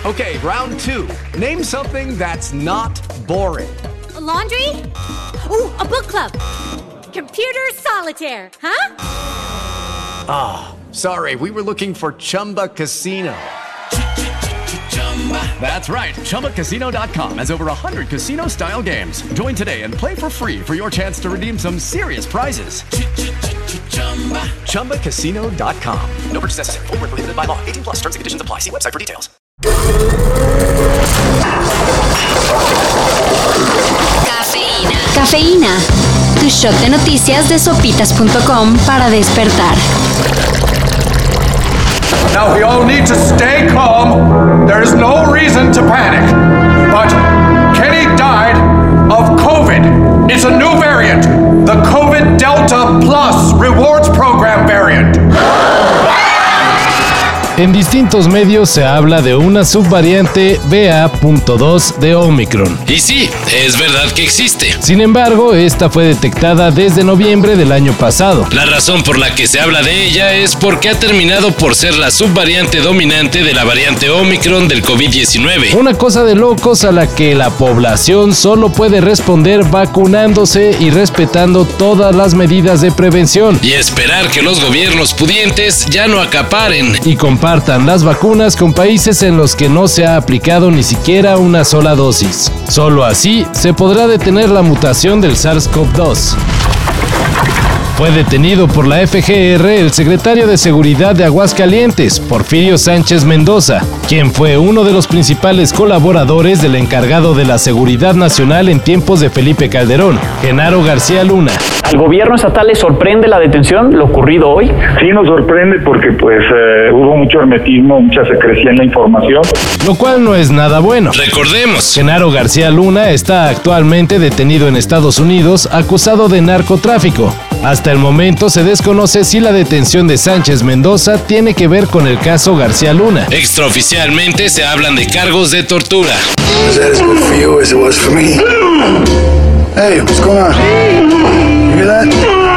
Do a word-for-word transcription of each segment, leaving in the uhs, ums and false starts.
Okay, round two. Name something that's not boring. A laundry? Ooh, a book club. Computer solitaire, huh? Ah, oh, sorry, we were looking for Chumba Casino. That's right, Chumba Casino dot com has over one hundred casino-style games. Join today and play for free for your chance to redeem some serious prizes. Chumba Casino dot com. No purchase necessary. Void where prohibited by law. eighteen plus. Terms and conditions apply. See website for details. Cafeína. Cafeína. Tu shot de noticias de sopitas punto com para despertar. Now we all need to stay calm. There is no reason to panic. But Kenny died of COVID. It's a new variant. The COVID Delta Plus Rewards Program variant. En distintos medios se habla de una subvariante B A punto dos de Omicron. Y sí, es verdad que existe. Sin embargo, esta fue detectada desde noviembre del año pasado. La razón por la que se habla de ella es porque ha terminado por ser la subvariante dominante de la variante Omicron del COVID diecinueve. Una cosa de locos a la que la población solo puede responder vacunándose y respetando todas las medidas de prevención. Y esperar que los gobiernos pudientes ya no acaparen y compartan las vacunas con países en los que no se ha aplicado ni siquiera una sola dosis. Solo así se podrá detener la mutación del SARS-CoV dos. Fue detenido por la F G R el secretario de Seguridad de Aguascalientes, Porfirio Sánchez Mendoza, quien fue uno de los principales colaboradores del encargado de la Seguridad Nacional en tiempos de Felipe Calderón, Genaro García Luna. ¿Al gobierno estatal le sorprende la detención, lo ocurrido hoy? Sí, nos sorprende porque pues eh, hubo mucho hermetismo, mucha secrecía en la información. Lo cual no es nada bueno. Recordemos, Genaro García Luna está actualmente detenido en Estados Unidos acusado de narcotráfico. Hasta el momento se desconoce si la detención de Sánchez Mendoza tiene que ver con el caso García Luna. Extraoficialmente se hablan de cargos de tortura. Is that as good for you as it was for me? Hey, what's going on? You hear that?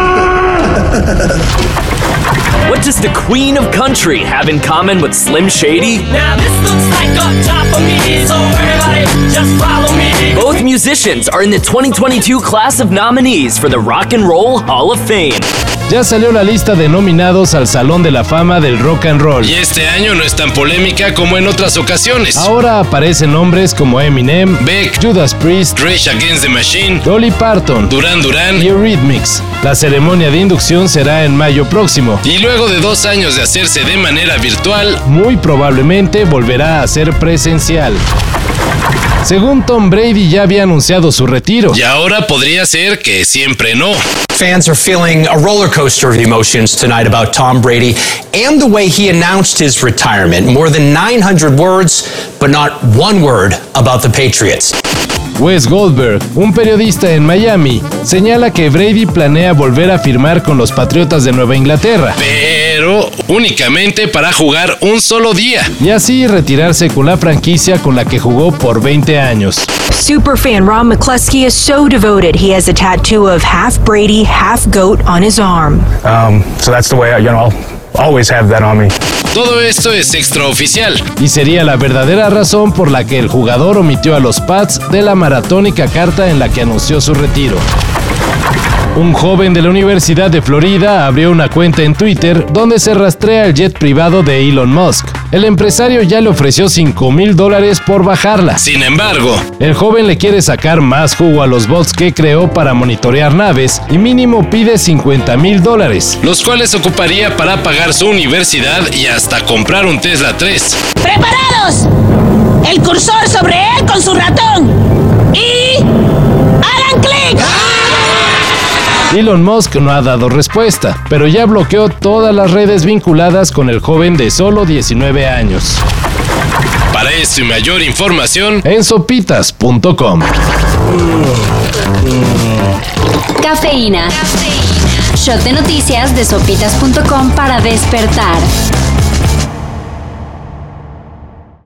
What does the Queen of Country have in common with Slim Shady? Now this looks like a job for me, so everybody just follow me. Both musicians are in the twenty twenty-two class of nominees for the Rock and Roll Hall of Fame. Ya salió la lista de nominados al Salón de la Fama del Rock and Roll. Y este año no es tan polémica como en otras ocasiones. Ahora aparecen nombres como Eminem, Beck, Judas Priest, Rage Against the Machine, Dolly Parton, Duran Duran y Eurythmics. La ceremonia de inducción será en mayo próximo. Y luego de dos años de hacerse de manera virtual, muy probablemente volverá a ser presencial. Según Tom Brady, ya había anunciado su retiro. Y ahora podría ser que siempre no. Fans are feeling a roller coaster of emotions tonight about Tom Brady and the way he announced his retirement. More than nine hundred words, but not one word about the Patriots. Wes Goldberg, un periodista en Miami, señala que Brady planea volver a firmar con los Patriotas de Nueva Inglaterra, pero únicamente para jugar un solo día y así retirarse con la franquicia con la que jugó por veinte años. Superfan Ron McCluskey is so devoted he has a tattoo of half Brady, half goat on his arm. Um, so that's the way I, you know, I'll always have that on me. Todo esto es extraoficial. Y sería la verdadera razón por la que el jugador omitió a los Pats de la maratónica carta en la que anunció su retiro. Un joven de la Universidad de Florida abrió una cuenta en Twitter donde se rastrea el jet privado de Elon Musk. El empresario ya le ofreció cinco mil dólares por bajarla. Sin embargo, el joven le quiere sacar más jugo a los bots que creó para monitorear naves y mínimo pide cincuenta mil dólares, los cuales ocuparía para pagar su universidad y hasta comprar un Tesla tres. ¡Preparados! El cursor sobre él con su ratón. Y... ¡hagan clic! Elon Musk no ha dado respuesta, pero ya bloqueó todas las redes vinculadas con el joven de solo diecinueve años. Para esto y mayor información, en sopitas punto com. Cafeína. Shot de noticias de sopitas punto com para despertar.